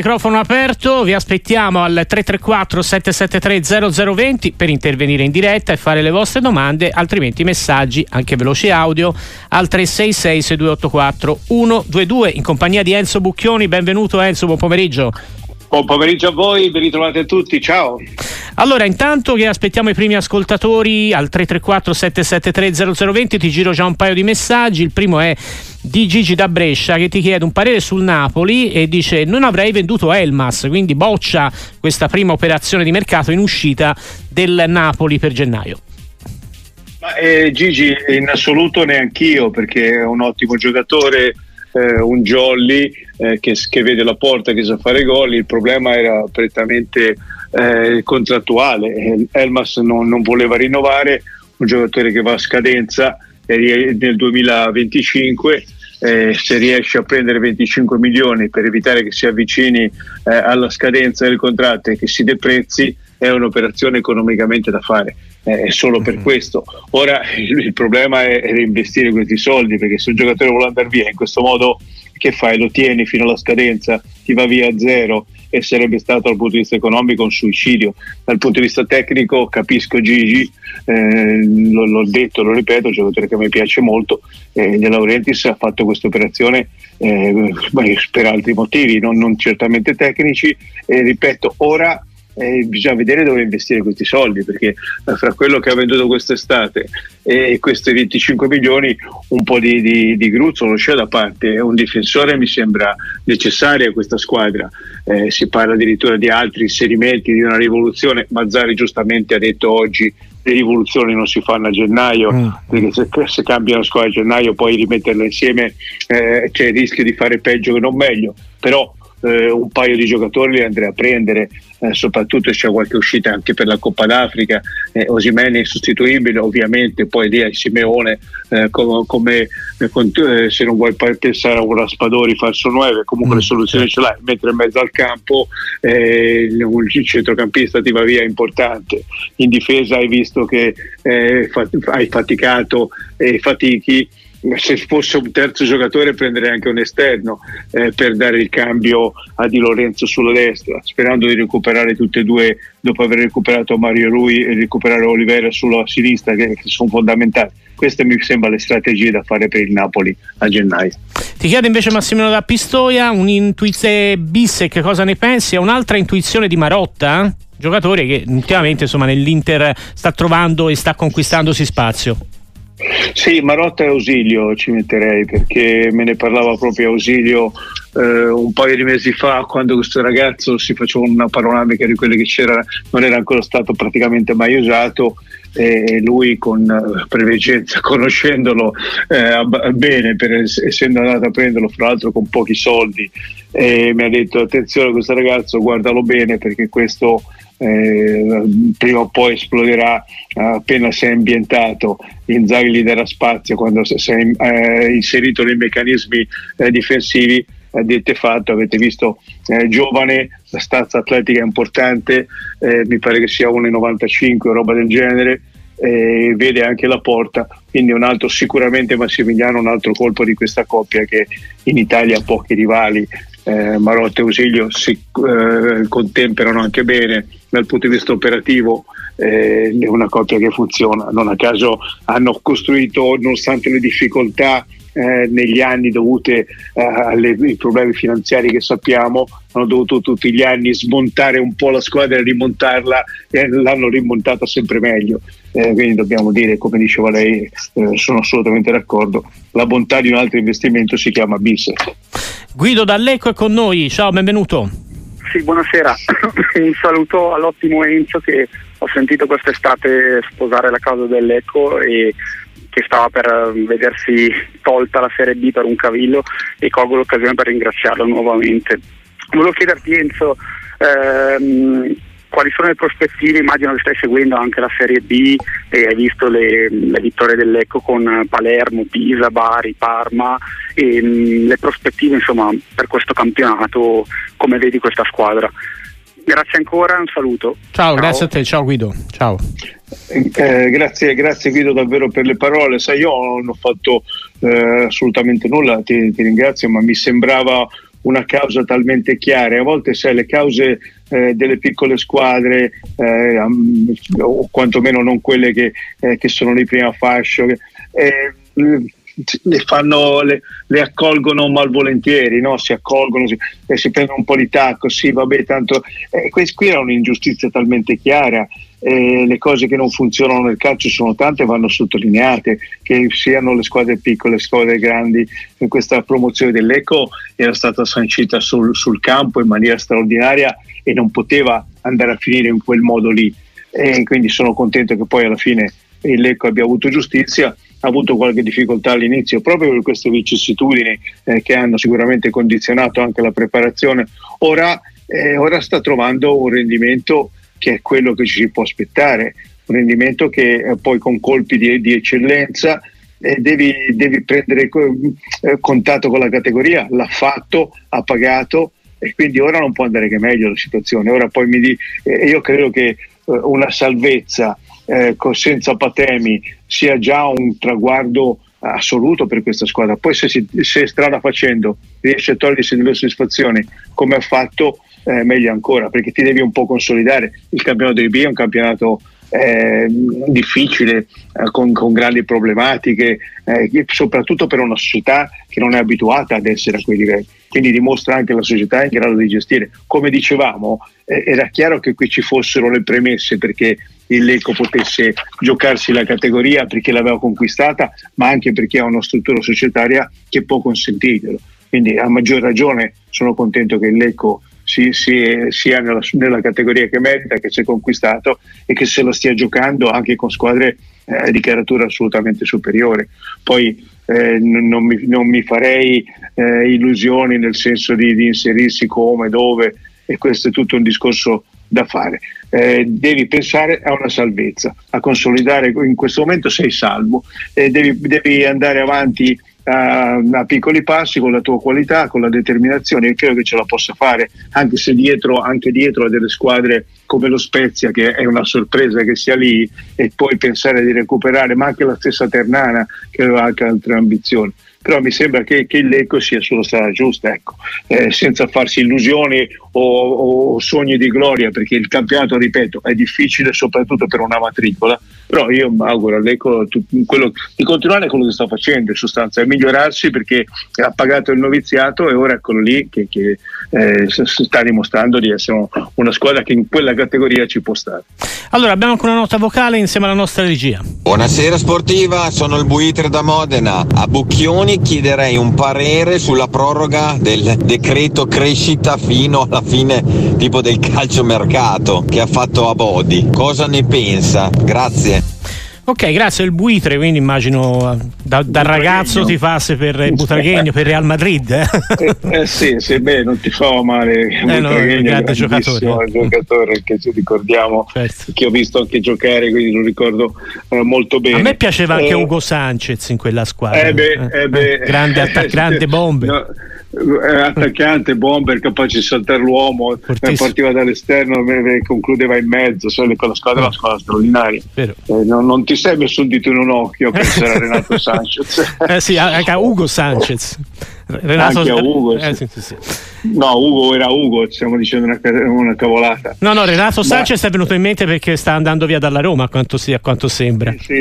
microfono aperto, vi aspettiamo al 334 773 0020 per intervenire in diretta e fare le vostre domande, altrimenti messaggi anche veloci audio al 366 6284 122 in compagnia di Enzo Bucchioni. Benvenuto Enzo, buon pomeriggio. Buon pomeriggio a voi, ben ritrovati a tutti, ciao. Allora, intanto che aspettiamo i primi ascoltatori al 334 773 0020 ti giro già un paio di messaggi. Il primo è di Gigi da Brescia che ti chiede un parere sul Napoli e dice: non avrei venduto Elmas, quindi boccia questa prima operazione di mercato in uscita del Napoli per gennaio. Gigi, in assoluto neanch'io, perché è un ottimo giocatore, un jolly che vede la porta, che sa fare gol. Il problema era prettamente contrattuale. Elmas non voleva rinnovare, un giocatore che va a scadenza nel 2025. Se riesce a prendere 25 milioni per evitare che si avvicini alla scadenza del contratto e che si deprezzi, è un'operazione economicamente da fare. È solo per questo. Ora il problema è reinvestire questi soldi, perché se un giocatore vuole andare via in questo modo, che fai? Lo tieni fino alla scadenza, ti va via a zero, e sarebbe stato dal punto di vista economico un suicidio. Dal punto di vista tecnico capisco Gigi, l'ho detto, lo ripeto, un giocatore che a me piace molto. De Laurentiis ha fatto questa operazione per altri motivi, non certamente tecnici, e ripeto, ora bisogna vedere dove investire questi soldi, perché fra quello che ha venduto quest'estate e questi 25 milioni un po' di gruzzolo c'è da parte. Un difensore mi sembra necessario a questa squadra. Si parla addirittura di altri inserimenti, di una rivoluzione. Mazzarri giustamente ha detto oggi: le rivoluzioni non si fanno a gennaio, perché se cambiano squadra a gennaio poi rimetterla insieme c'è il rischio di fare peggio che non meglio. Però un paio di giocatori li andrei a prendere, soprattutto se c'è qualche uscita anche per la Coppa d'Africa. Osimhen è insostituibile, ovviamente. Poi lì a Simeone, se non vuoi pensare a un Raspadori falso 9, comunque le soluzioni ce l'hai. Mentre in mezzo al campo un centrocampista ti va via importante. In difesa hai visto che hai faticato e fatichi. Se fosse un terzo giocatore prenderei anche un esterno per dare il cambio a Di Lorenzo sulla destra, sperando di recuperare tutte e due, dopo aver recuperato Mario Rui, e recuperare Oliveira sulla sinistra, che sono fondamentali. Queste mi sembrano le strategie da fare per il Napoli a gennaio. Ti chiede invece Massimiliano da Pistoia un'intuizione Bissek, cosa ne pensi? È un'altra intuizione di Marotta, giocatore che ultimamente nell'Inter sta trovando e sta conquistandosi spazio. Sì, Marotta e Ausilio ci metterei, perché me ne parlava proprio Ausilio un paio di mesi fa, quando questo ragazzo si faceva una panoramica di quelle che c'era, non era ancora stato praticamente mai usato, e lui con preveggenza, conoscendolo bene, essendo andato a prenderlo fra l'altro con pochi soldi, mi ha detto: attenzione a questo ragazzo, guardalo bene, perché questo prima o poi esploderà appena si è ambientato. Inzaghi gli darà spazio quando si è inserito nei meccanismi difensivi. Detto e fatto, avete visto, giovane, la stazza atletica è importante, mi pare che sia 1,95 roba del genere, vede anche la porta, quindi un altro, sicuramente Massimiliano, un altro colpo di questa coppia che in Italia ha pochi rivali. Marotta e Ausilio si contemperano anche bene dal punto di vista operativo, è una coppia che funziona. Non a caso hanno costruito, nonostante le difficoltà negli anni dovute ai problemi finanziari che sappiamo, hanno dovuto tutti gli anni smontare un po' la squadra e rimontarla, e l'hanno rimontata sempre meglio. Quindi dobbiamo dire, come diceva lei, sono assolutamente d'accordo, la bontà di un altro investimento si chiama Bissek. Guido Dallecco è con noi, ciao, benvenuto. Sì, buonasera. Un saluto all'ottimo Enzo, che ho sentito quest'estate sposare la causa del Lecco e che stava per vedersi tolta la Serie B per un cavillo, e colgo l'occasione per ringraziarlo nuovamente. Volevo chiederti, Enzo, quali sono le prospettive? Immagino che stai seguendo anche la Serie B e hai visto le vittorie del Lecco con Palermo, Pisa, Bari, Parma, e le prospettive insomma per questo campionato, come vedi questa squadra? Grazie ancora, un saluto. Ciao, grazie a te, ciao Guido, ciao. Grazie Guido davvero per le parole. Sai, io non ho fatto assolutamente nulla, ti ringrazio, ma mi sembrava una causa talmente chiara. A volte, sai, le cause delle piccole squadre, o quantomeno non quelle che sono di prima fascia, le accolgono malvolentieri, no? Si accolgono, si prendono un po' di tacco, sì, vabbè, tanto qui era un'ingiustizia talmente chiara. Le cose che non funzionano nel calcio sono tante e vanno sottolineate, che siano le squadre piccole, le squadre grandi. In questa promozione del Lecco era stata sancita sul campo in maniera straordinaria e non poteva andare a finire in quel modo lì, e quindi sono contento che poi alla fine il Lecco abbia avuto giustizia. Ha avuto qualche difficoltà all'inizio proprio per queste vicissitudini che hanno sicuramente condizionato anche la preparazione. Ora sta trovando un rendimento che è quello che ci si può aspettare, un rendimento che poi con colpi di eccellenza devi prendere contatto con la categoria. L'ha fatto, ha pagato, e quindi ora non può andare che meglio la situazione. Ora poi io credo che una salvezza senza patemi sia già un traguardo assoluto per questa squadra. Poi se strada facendo riesce a togliersi delle soddisfazioni come ha fatto, meglio ancora, perché ti devi un po' consolidare. Il campionato di B è un campionato difficile, con grandi problematiche, soprattutto per una società che non è abituata ad essere a quei livelli. Quindi dimostra anche la società in grado di gestire. Come dicevamo, era chiaro che qui ci fossero le premesse perché il Lecco potesse giocarsi la categoria, perché l'aveva conquistata, ma anche perché ha una struttura societaria che può consentirglielo. Quindi a maggior ragione sono contento che il Lecco sia nella categoria che merita, che si è conquistato e che se lo stia giocando anche con squadre di caratura assolutamente superiore. Poi non mi farei illusioni nel senso di inserirsi come, dove, e questo è tutto un discorso da fare. Devi pensare a una salvezza, a consolidare. In questo momento sei salvo, devi andare avanti a piccoli passi con la tua qualità, con la determinazione, e credo che ce la possa fare, anche se dietro a delle squadre come lo Spezia, che è una sorpresa che sia lì, e poi pensare di recuperare, ma anche la stessa Ternana che aveva anche altre ambizioni. Però mi sembra che il Lecco sia sulla strada giusta, ecco, senza farsi illusioni o sogni di gloria, perché il campionato, ripeto, è difficile soprattutto per una matricola. Però io mi auguro al Lecco di continuare quello che sta facendo, in sostanza, e migliorarsi, perché ha pagato il noviziato e ora eccolo lì che sta dimostrando di essere una squadra che in quella categoria ci può stare. Allora, abbiamo anche una nota vocale insieme alla nostra regia. Buonasera Sportiva, sono il Buitre da Modena. A Bucchioni chiederei un parere sulla proroga del decreto crescita fino alla fine tipo del calciomercato che ha fatto Abodi. Cosa ne pensa? Grazie. Ok, grazie. Il Buitre, quindi immagino da ragazzo ti fasse per Butragueño, per Real Madrid. Sì, beh, non ti fa male. Un grande giocatore che ci ricordiamo, certo, che ho visto anche giocare, quindi lo ricordo molto bene. A me piaceva anche Hugo Sanchez in quella squadra. Grande attaccante, bomber. No. Attaccante, bomber, capace di saltare l'uomo, partiva dall'esterno e concludeva in mezzo. Quella squadra è una squadra straordinaria. Non ti sei messo un dito in un occhio a pensare a Renato Sanchez. Sì, anche a Hugo Sanchez. Renato, anche a Ugo, sì. No, Ugo era Ugo, stiamo dicendo una cavolata. No, Renato Sanchez è venuto in mente perché sta andando via dalla Roma, a quanto sembra. Sì.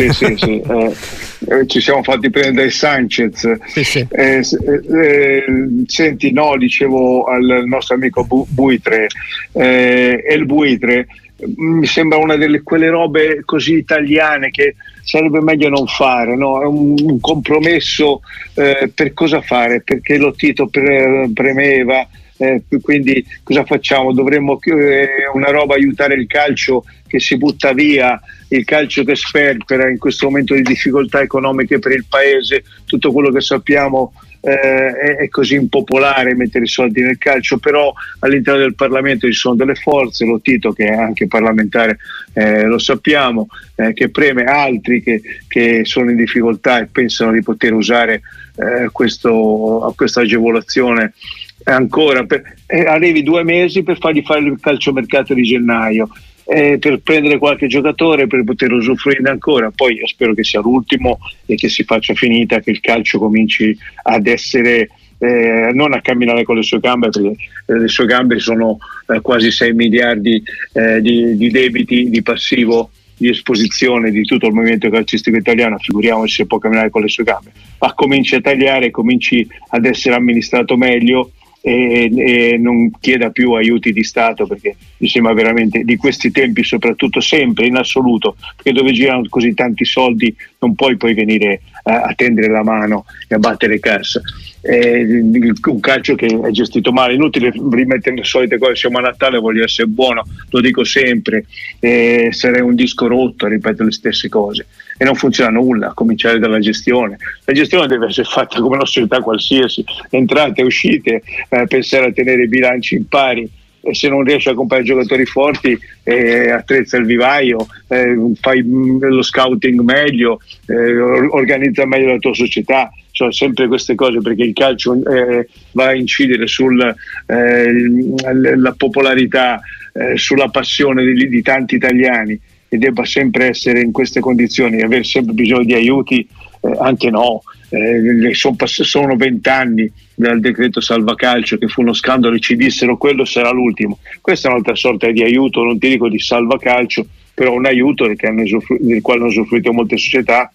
Ci siamo fatti prendere Sanchez. Sì. Senti, no, dicevo al nostro amico Buitre, il Buitre mi sembra una delle quelle robe così italiane che sarebbe meglio non fare, no? È un compromesso, per cosa fare? Perché lo Tito premeva, quindi cosa facciamo? Dovremmo una roba aiutare il calcio che si butta via, il calcio che sperpera in questo momento di difficoltà economiche per il paese. Tutto quello che sappiamo è così impopolare mettere i soldi nel calcio, però all'interno del Parlamento ci sono delle forze, lo Tito che è anche parlamentare, lo sappiamo, che preme, altri che sono in difficoltà e pensano di poter usare questa agevolazione ancora arrivi 2 mesi per fargli fare il calciomercato di gennaio, per prendere qualche giocatore per poter usufruirne ancora. Poi io spero che sia l'ultimo e che si faccia finita, che il calcio cominci ad essere non a camminare con le sue gambe, perché le sue gambe sono quasi 6 miliardi di debiti, di passivo, di esposizione di tutto il movimento calcistico italiano, figuriamoci se può camminare con le sue gambe. Ma cominci a tagliare, cominci ad essere amministrato meglio e non chieda più aiuti di Stato, perché mi sembra veramente di questi tempi, soprattutto sempre in assoluto, perché dove girano così tanti soldi non puoi poi venire a tendere la mano e a battere cassa. Un calcio che è gestito male, inutile rimettere le solite cose, siamo a Natale, voglio essere buono, lo dico sempre, sarei un disco rotto a ripetere le stesse cose, e non funziona nulla, a cominciare dalla gestione. La gestione deve essere fatta come una società qualsiasi, entrate e uscite, pensare a tenere i bilanci in pari, e se non riesci a comprare giocatori forti, attrezza il vivaio, fai lo scouting meglio, organizza meglio la tua società. Sono sempre queste cose, perché il calcio va a incidere sulla popolarità, sulla passione di tanti italiani, e debba sempre essere in queste condizioni, avere sempre bisogno di aiuti, anche no. Sono 20 anni dal decreto salva calcio, che fu uno scandalo, e ci dissero quello sarà l'ultimo. Questa è un'altra sorta di aiuto, non ti dico di salva calcio, però un aiuto del quale hanno usufruito molte società.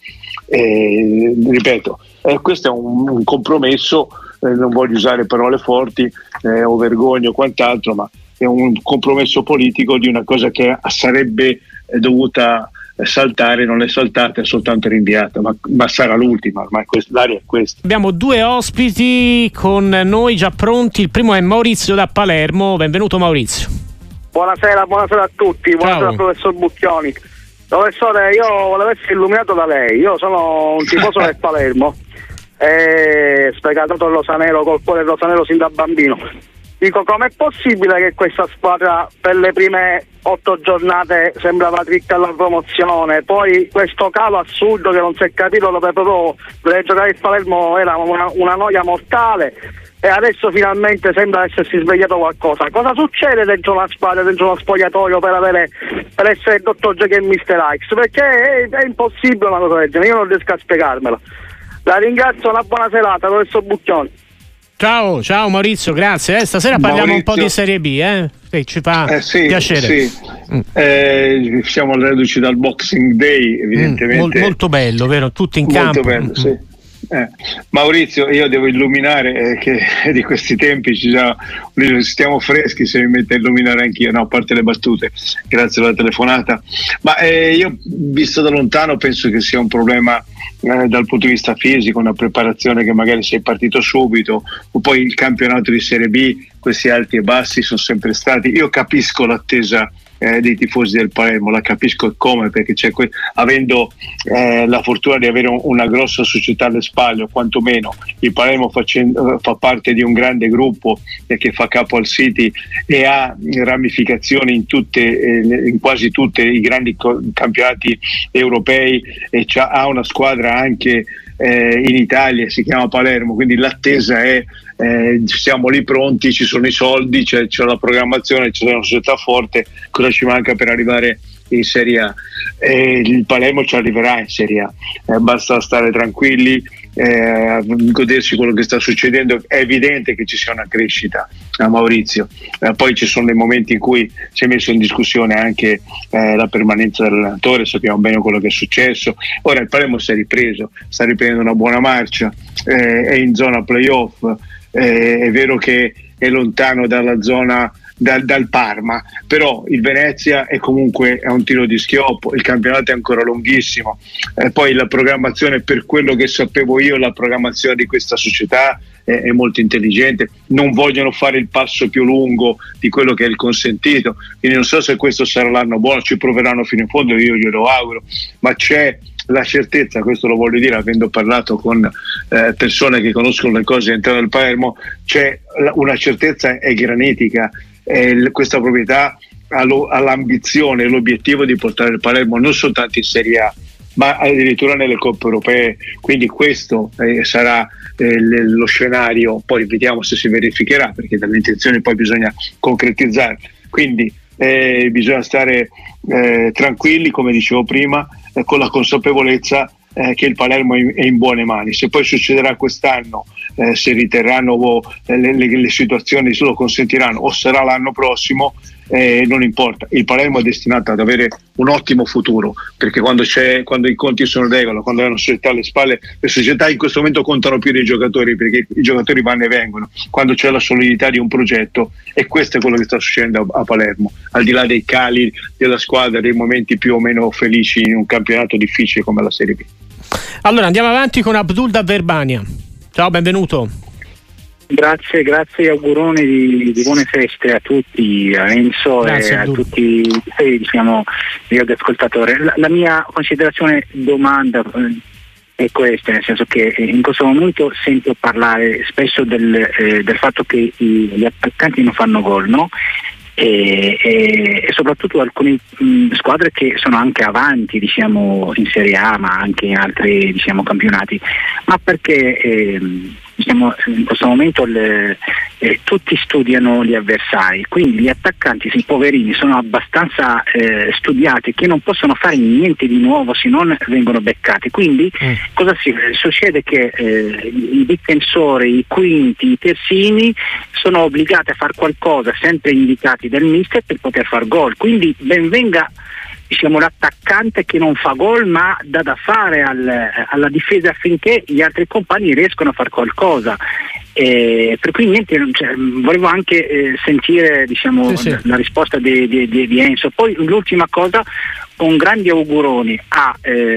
Ripeto, questo è un compromesso, non voglio usare parole forti o vergogno o quant'altro, ma è un compromesso politico di una cosa che sarebbe dovuta saltare, non è saltata, è soltanto rinviata, ma sarà l'ultima, ormai l'aria è questa. Abbiamo 2 ospiti con noi già pronti. Il primo è Maurizio da Palermo. Benvenuto Maurizio. Buonasera a tutti. Buonasera professor Bucchioni. Professore, io volevo essere illuminato da lei. Io sono un tifoso del Palermo, sfegatato il rosanero, col cuore rosanero sin da bambino. Dico, com'è possibile che questa squadra per le prime 8 giornate sembrava dritta alla promozione, poi questo calo assurdo che non si è capito dove proprio deve giocare il Palermo era una noia mortale, e adesso finalmente sembra essersi svegliato qualcosa. Cosa succede dentro una squadra, dentro uno spogliatoio per essere il dottor Jekyll e Mr. X? Perché è impossibile una cosa del genere, io non riesco a spiegarmela. La ringrazio, una buona serata, professor Bucchioni. Ciao Maurizio, grazie. Stasera parliamo un po' di Serie B, ci fa piacere. Sì. Siamo reduci dal Boxing Day, evidentemente. Molto bello, vero? Tutti in campo. Molto bello, sì. Maurizio, io devo illuminare che di questi tempi stiamo freschi, se mi mette a illuminare anch'io, no, a parte le battute, grazie alla telefonata, ma io visto da lontano penso che sia un problema dal punto di vista fisico, una preparazione che magari sei partito subito, o poi il campionato di Serie B, questi alti e bassi sono sempre stati. Io capisco l'attesa dei tifosi del Palermo, la capisco e come, perché avendo la fortuna di avere una grossa società alle spalle, o quantomeno il Palermo fa parte di un grande gruppo che fa capo al City e ha ramificazioni in quasi tutti i grandi campionati europei, e ha una squadra anche in Italia, si chiama Palermo, quindi l'attesa è siamo lì pronti, ci sono i soldi, c'è la programmazione, c'è una società forte, cosa ci manca per arrivare in Serie A? Il Palermo ci arriverà in Serie A, basta stare tranquilli, godersi quello che sta succedendo. È evidente che ci sia una crescita, Maurizio, poi ci sono dei momenti in cui si è messo in discussione anche la permanenza dell'allenatore, sappiamo bene quello che è successo. Ora il Palermo si è ripreso, sta riprendendo una buona marcia, è in zona playoff, è vero che è lontano dalla zona dal Parma, però il Venezia è comunque un tiro di schioppo, il campionato è ancora lunghissimo, poi la programmazione, per quello che sapevo io, la programmazione di questa società è molto intelligente, non vogliono fare il passo più lungo di quello che è il consentito, quindi non so se questo sarà l'anno buono, ci proveranno fino in fondo, io glielo auguro, ma c'è la certezza, questo lo voglio dire avendo parlato con persone che conoscono le cose all'interno del Palermo, c'è una certezza è granitica. Questa proprietà ha l'ambizione e l'obiettivo di portare il Palermo non soltanto in Serie A, ma addirittura nelle coppe europee, quindi questo sarà lo scenario, poi vediamo se si verificherà, perché dalle intenzioni poi bisogna concretizzare, quindi bisogna stare tranquilli, come dicevo prima, con la consapevolezza che il Palermo è in buone mani. Se poi succederà quest'anno se riterranno le situazioni se lo consentiranno, o sarà l'anno prossimo, non importa. Il Palermo è destinato ad avere un ottimo futuro, perché quando i conti sono in regola, quando hai una società alle spalle, le società in questo momento contano più dei giocatori, perché i giocatori vanno e vengono, quando c'è la solidità di un progetto, e questo è quello che sta succedendo a Palermo, al di là dei cali della squadra, dei momenti più o meno felici in un campionato difficile come la Serie B. Allora andiamo avanti con Abdul da Verbania. Ciao, benvenuto. Grazie, auguroni di buone feste a tutti, a Enzo. Grazie, e a tutti gli ascoltatori. La mia considerazione, domanda è questa, nel senso che in questo momento sento parlare spesso del fatto che gli attaccanti non fanno gol, no? E soprattutto alcune squadre che sono anche avanti, diciamo, in Serie A, ma anche in altri, diciamo, campionati, ma perché in questo momento tutti studiano gli avversari, quindi gli attaccanti, i poverini, sono abbastanza studiati, che non possono fare niente di nuovo se non vengono beccati. Quindi cosa succede? Che i difensori, i quinti, i terzini sono obbligati a fare qualcosa, sempre indicati dal mister, per poter far gol. Quindi ben venga, diciamo, l'attaccante che non fa gol, ma dà da fare alla difesa affinché gli altri compagni riescano a fare qualcosa. Per cui niente, volevo anche sentire, diciamo, la risposta di Enzo. Poi l'ultima cosa, un grandi auguroni a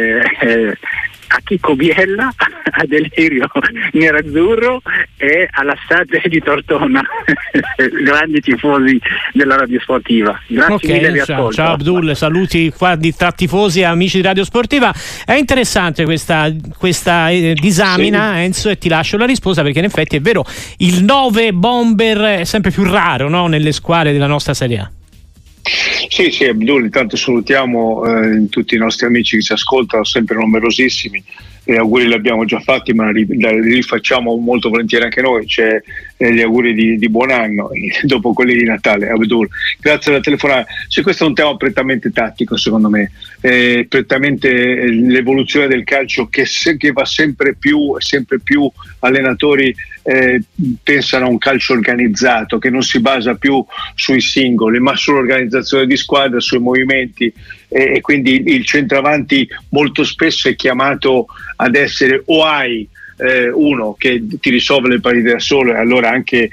Chico Biella, a Delirio Nerazzurro e alla Sade di Tortona, grandi tifosi della Radio Sportiva. Grazie mille, vi ascolto. Ciao Abdul, saluti qua tra tifosi e amici di Radio Sportiva. È interessante questa disamina, sì. Enzo, e ti lascio la risposta, perché in effetti è vero, il 9 bomber è sempre più raro, no, nelle squadre della nostra Serie A. Sì, Abdul, intanto salutiamo tutti i nostri amici che ci ascoltano, sempre numerosissimi, e auguri li abbiamo già fatti, ma li rifacciamo molto volentieri anche noi. C'è gli auguri di buon anno dopo quelli di Natale. Abdul, grazie della telefonata. Questo è un tema prettamente tattico, secondo me, prettamente l'evoluzione del calcio che va sempre più allenatori pensano a un calcio organizzato, che non si basa più sui singoli, ma sull'organizzazione di squadra, sui movimenti, e quindi il centravanti molto spesso è chiamato ad essere, o hai uno che ti risolve le partite da solo, e allora anche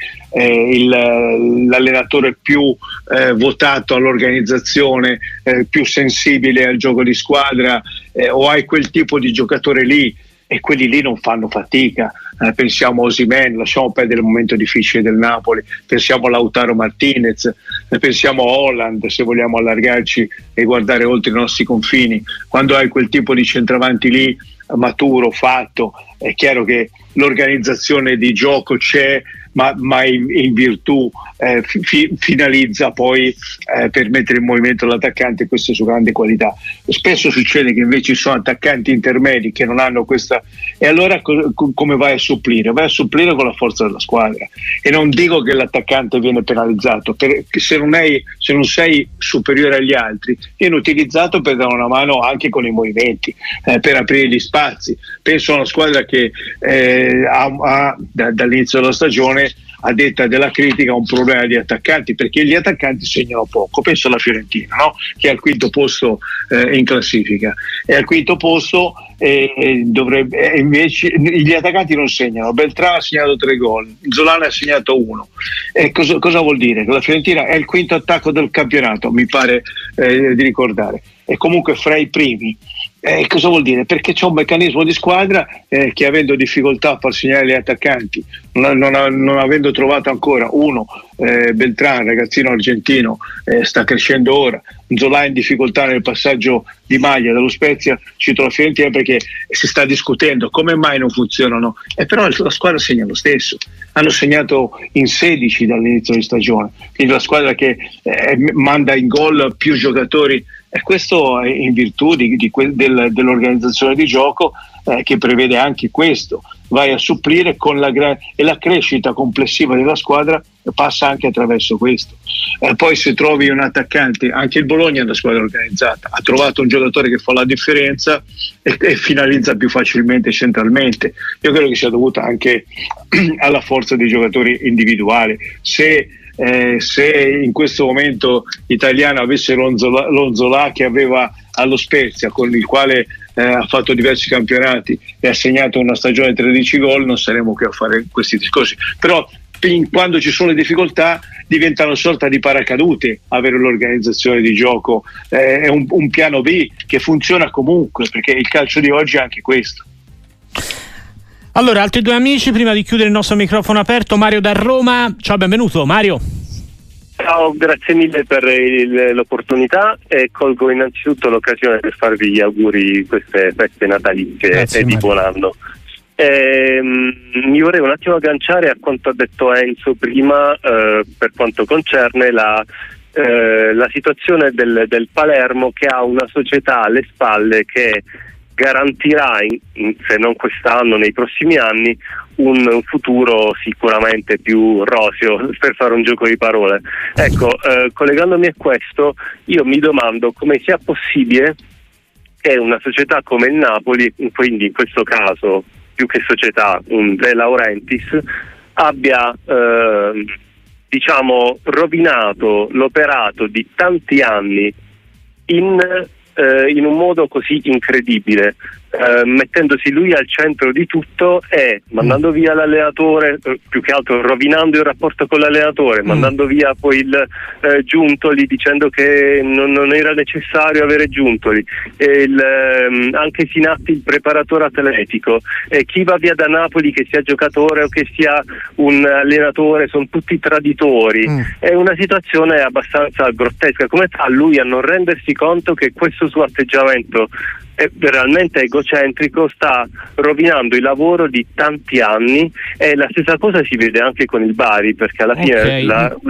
l'allenatore più votato all'organizzazione, più sensibile al gioco di squadra, o hai quel tipo di giocatore lì, e quelli lì non fanno fatica. Pensiamo a Osimhen, lasciamo perdere il momento difficile del Napoli, pensiamo a Lautaro Martinez, pensiamo a Haaland, se vogliamo allargarci e guardare oltre i nostri confini. Quando hai quel tipo di centravanti lì, maturo, fatto, è chiaro che l'organizzazione di gioco c'è, ma in virtù finalizza poi per mettere in movimento l'attaccante, questa è sua grande qualità. Spesso succede che invece ci sono attaccanti intermedi che non hanno questa, e allora come vai a supplire? Vai a supplire con la forza della squadra, e non dico che l'attaccante viene penalizzato, perché se non sei superiore agli altri viene utilizzato per dare una mano anche con i movimenti, per aprire gli spazi. Penso a una squadra che dall'inizio della stagione, a detta della critica, un problema di attaccanti, perché gli attaccanti segnano poco. Penso alla Fiorentina, no? Che è al quinto posto in classifica, è al quinto posto, dovrebbe, invece gli attaccanti non segnano. Beltrán ha segnato 3 gol, Zola ha segnato 1. Cosa vuol dire? Che la Fiorentina è il quinto attacco del campionato, mi pare di ricordare, e comunque fra i primi. Cosa vuol dire? Perché c'è un meccanismo di squadra che, avendo difficoltà a far segnare gli attaccanti, non avendo trovato ancora uno, Beltrán, ragazzino argentino, sta crescendo ora, Zola in difficoltà nel passaggio di maglia dallo Spezia, cito la Fiorentina perché si sta discutendo come mai non funzionano, però la squadra segna lo stesso. Hanno segnato in 16 dall'inizio di stagione, quindi la squadra che manda in gol più giocatori, e questo è in virtù dell'organizzazione di gioco, che prevede anche questo. vai a supplire e la crescita complessiva della squadra passa anche attraverso questo. Poi se trovi un attaccante, anche il Bologna è una squadra organizzata, ha trovato un giocatore che fa la differenza e finalizza più facilmente centralmente. Io credo che sia dovuta anche alla forza dei giocatori individuali. Se in questo momento italiano avesse Lonzola che aveva allo Spezia, con il quale ha fatto diversi campionati e ha segnato una stagione 13 gol, non saremo qui a fare questi discorsi. Però quando ci sono le difficoltà diventano una sorta di paracadute avere l'organizzazione di gioco, è un piano B che funziona comunque, perché il calcio di oggi è anche questo. Allora, altri due amici prima di chiudere il nostro microfono aperto. Mario da Roma, ciao, benvenuto Mario. Ciao, grazie mille per l'opportunità e colgo innanzitutto l'occasione per farvi gli auguri di queste feste natalizie e di buon anno. Mi vorrei un attimo agganciare a quanto ha detto Enzo prima per quanto concerne la situazione del Palermo, che ha una società alle spalle che garantirà, se non quest'anno, nei prossimi anni, un futuro sicuramente più roseo, per fare un gioco di parole. Ecco, collegandomi a questo, io mi domando come sia possibile che una società come il Napoli, quindi in questo caso più che società un De Laurentiis, abbia rovinato l'operato di tanti anni in un modo così incredibile, mettendosi lui al centro di tutto e mandando via l'allenatore, più che altro rovinando il rapporto con l'allenatore, mandando via poi il Giuntoli, dicendo che non era necessario avere Giuntoli, anche Sinatti, il preparatore atletico, chi va via da Napoli, che sia giocatore o che sia un allenatore, sono tutti traditori. È una situazione abbastanza grottesca. Come fa lui a non rendersi conto che questo suo atteggiamento realmente egocentrico sta rovinando il lavoro di tanti anni? E la stessa cosa si vede anche con il Bari, perché alla fine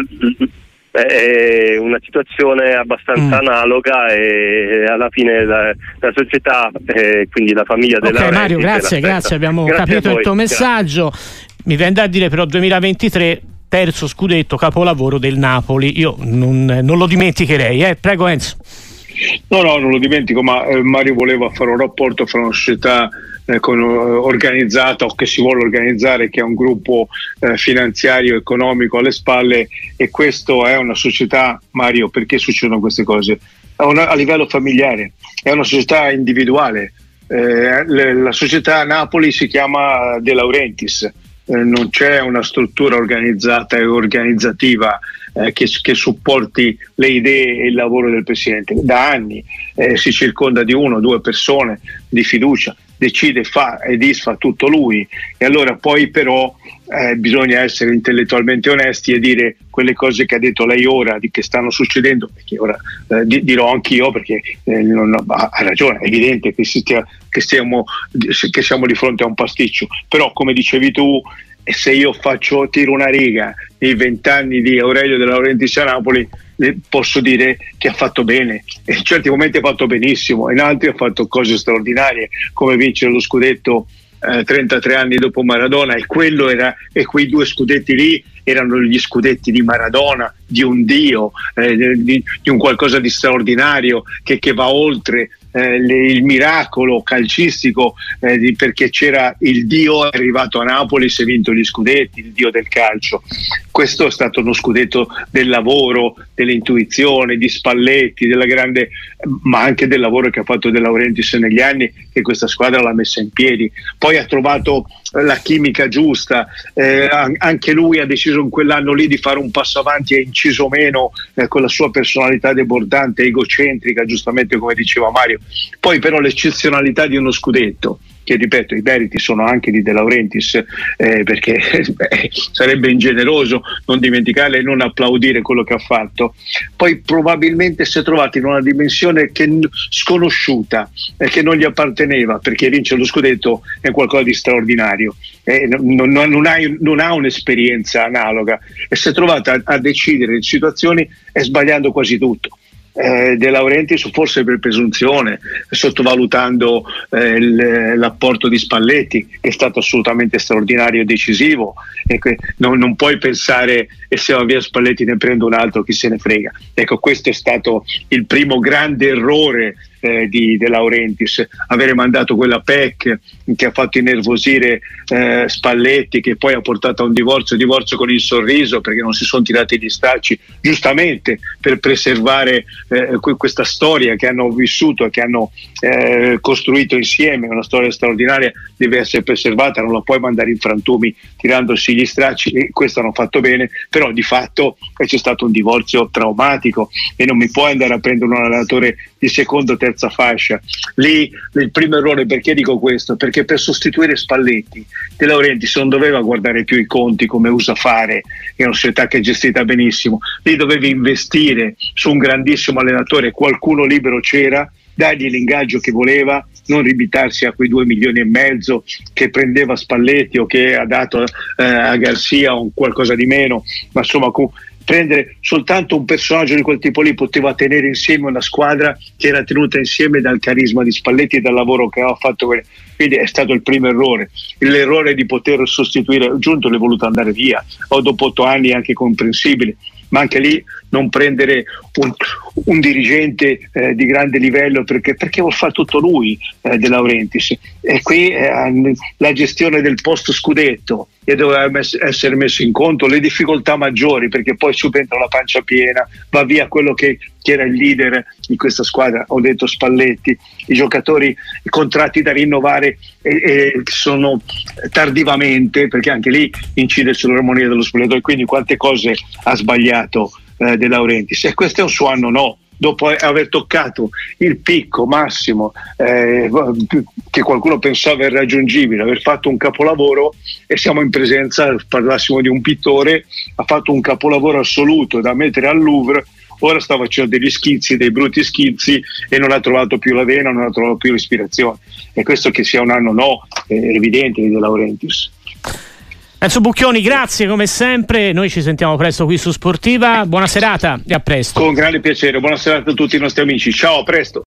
è una situazione abbastanza analoga, e alla fine la società, quindi la famiglia della Mario, grazie, abbiamo capito il tuo messaggio. Mi viene da dire però 2023 terzo scudetto, capolavoro del Napoli, io non lo dimenticherei, prego Enzo. No, non lo dimentico, ma Mario voleva fare un rapporto fra una società organizzata o che si vuole organizzare, che ha un gruppo finanziario, economico alle spalle, e questo è una società, Mario, perché succedono queste cose? A livello familiare, è una società individuale. La società Napoli si chiama De Laurentiis, non c'è una struttura organizzata e organizzativa che supporti le idee e il lavoro del presidente. Da anni si circonda di 1 o 2 persone di fiducia, decide, fa e disfa tutto lui, e allora poi però bisogna essere intellettualmente onesti e dire quelle cose che ha detto lei ora, che stanno succedendo, perché ora dirò anch'io, perché ha ragione, è evidente che siamo di fronte a un pasticcio, però come dicevi tu, se io tiro una riga nei 20 anni di Aurelio De Laurentiis a Napoli, posso dire che ha fatto bene, e in certi momenti ha fatto benissimo, in altri ha fatto cose straordinarie, come vincere lo scudetto 33 anni dopo Maradona, e quei 2 scudetti lì erano gli scudetti di Maradona, di un dio, di un qualcosa di straordinario che va oltre il miracolo calcistico, perché c'era il dio è arrivato a Napoli, si è vinto gli scudetti, il dio del calcio. Questo è stato uno scudetto del lavoro, dell'intuizione, di Spalletti, della grande, ma anche del lavoro che ha fatto De Laurentiis negli anni, che questa squadra l'ha messa in piedi. Poi ha trovato la chimica giusta, anche lui ha deciso in quell'anno lì di fare un passo avanti, e inciso meno con la sua personalità debordante, egocentrica, giustamente come diceva Mario. Poi però l'eccezionalità di uno scudetto, che ripeto, i meriti sono anche di De Laurentiis, perché sarebbe ingeneroso non dimenticarle e non applaudire quello che ha fatto. Poi probabilmente si è trovato in una dimensione sconosciuta, che non gli apparteneva, perché vincere lo scudetto è qualcosa di straordinario, non ha un'esperienza analoga, e si è trovata a decidere in situazioni e sbagliando quasi tutto. De Laurentiis, forse per presunzione, sottovalutando l'apporto di Spalletti, che è stato assolutamente straordinario e decisivo, e non puoi pensare e se va via Spalletti ne prendo un altro, chi se ne frega. Ecco, questo è stato il primo grande errore di De Laurentiis, avere mandato quella PEC che ha fatto innervosire Spalletti, che poi ha portato a un divorzio con il sorriso, perché non si sono tirati gli stracci, giustamente per preservare questa storia che hanno vissuto e che hanno costruito insieme. Una storia straordinaria, deve essere preservata, non la puoi mandare in frantumi tirandosi gli stracci, e questo hanno fatto bene, però di fatto c'è stato un divorzio traumatico e non mi puoi andare a prendere un allenatore di seconda o terza fascia. Lì il primo errore, perché dico questo? Perché per sostituire Spalletti De Laurentiis non doveva guardare più i conti come usa fare, è una società che è gestita benissimo, lì dovevi investire su un grandissimo allenatore, qualcuno libero c'era, dargli l'ingaggio che voleva, non ribitarsi a quei 2,5 milioni che prendeva Spalletti o che ha dato a Garcia o qualcosa di meno, ma insomma prendere soltanto un personaggio di quel tipo lì poteva tenere insieme una squadra che era tenuta insieme dal carisma di Spalletti e dal lavoro che aveva fatto. Quindi è stato il primo errore, l'errore di poter sostituire. Giunto è voluto andare via, o dopo 8 anni, anche comprensibile, ma anche lì non prendere un dirigente di grande livello perché vuol fare tutto lui, De Laurentiis, e qui la gestione del post scudetto, e doveva essere messo in conto le difficoltà maggiori, perché poi subentra la pancia piena, va via quello che era il leader di questa squadra, ho detto Spalletti, i giocatori, i contratti da rinnovare sono tardivamente, perché anche lì incide sull'armonia dello spogliatoio, quindi quante cose ha sbagliato De Laurentiis, e questo è un suo anno no, dopo aver toccato il picco massimo che qualcuno pensava irraggiungibile, aver fatto un capolavoro, e siamo in presenza, parlassimo di un pittore, ha fatto un capolavoro assoluto da mettere al Louvre, ora sta facendo degli schizzi, dei brutti schizzi, e non ha trovato più la vena, non ha trovato più l'ispirazione, e questo che sia un anno no è evidente di De Laurentiis. Enzo Bucchioni, grazie come sempre, noi ci sentiamo presto qui su Sportiva, buona serata e a presto. Con grande piacere, buona serata a tutti i nostri amici, ciao, a presto.